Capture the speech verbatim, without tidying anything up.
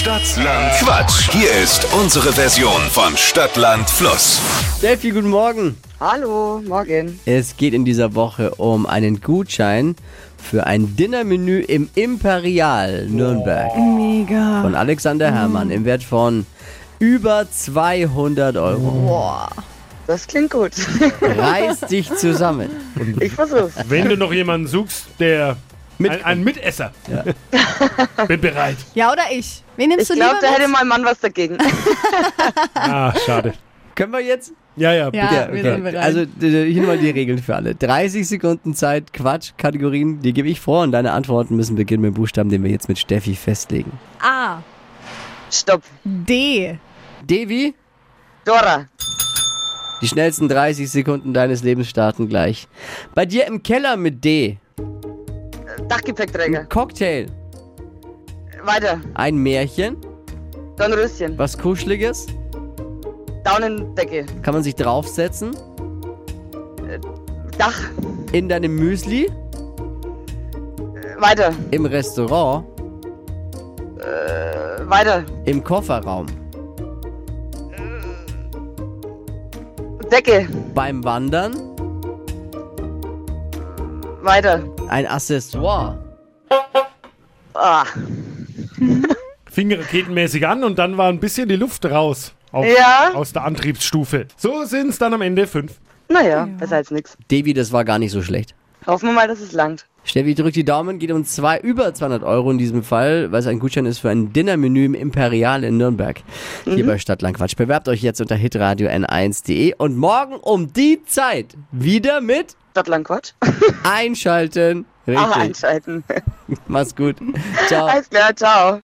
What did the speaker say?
Stadtland Quatsch. Hier ist unsere Version von Stadtland Fluss. Steffi, guten Morgen. Hallo, morgen. Es geht in dieser Woche um einen Gutschein für ein Dinnermenü im Imperial Nürnberg. Mega. Von Alexander Herrmann im Wert von über zweihundert Euro. Boah. Das klingt gut. Reiß dich zusammen. Ich versuch's. Wenn du noch jemanden suchst, der Mit- ein, ein Mitesser. Bin bereit. Ja, oder ich? Wen nimmst Ich du lieber glaube, da mit? hätte mein Mann was dagegen. Ah, schade. Können wir jetzt? Ja, ja, bitte. Ja, wir sind bereit. Also d- hier mal die Regeln für alle. dreißig Sekunden Zeit, Quatsch, Kategorien, die gebe ich vor und deine Antworten müssen beginnen mit dem Buchstaben, den wir jetzt mit Steffi festlegen. A. Stopp. D. Devi, Dora. die schnellsten dreißig Sekunden deines Lebens starten gleich. Bei dir im Keller mit D. Dachgepäckträger. Cocktail, Weiter. ein Märchen, Dornröschen. was Kuscheliges, Daunendecke. kann man sich draufsetzen, Dach. in deinem Müsli, Weiter. im Restaurant, Weiter. im Kofferraum, Decke. beim Wandern, Weiter. ein Accessoire. Ah. Fing raketenmäßig an und dann war ein bisschen die Luft raus. Auf, Ja. Aus der Antriebsstufe. So sind es dann am Ende fünf. Naja, besser als nix. Devi, das war gar nicht so schlecht. Hoffen wir mal, dass es langt. Steffi, drückt die Daumen, geht um zwei, über zweihundert Euro in diesem Fall, weil es ein Gutschein ist für ein Dinnermenü im Imperial in Nürnberg. Hier bei Stadtland Quatsch. Bewerbt euch jetzt unter hitradio n eins punkt de und morgen um die Zeit wieder mit Stadtland Quatsch. einschalten. Ah, Richtig. einschalten. Mach's gut. Ciao. Alles klar, ciao.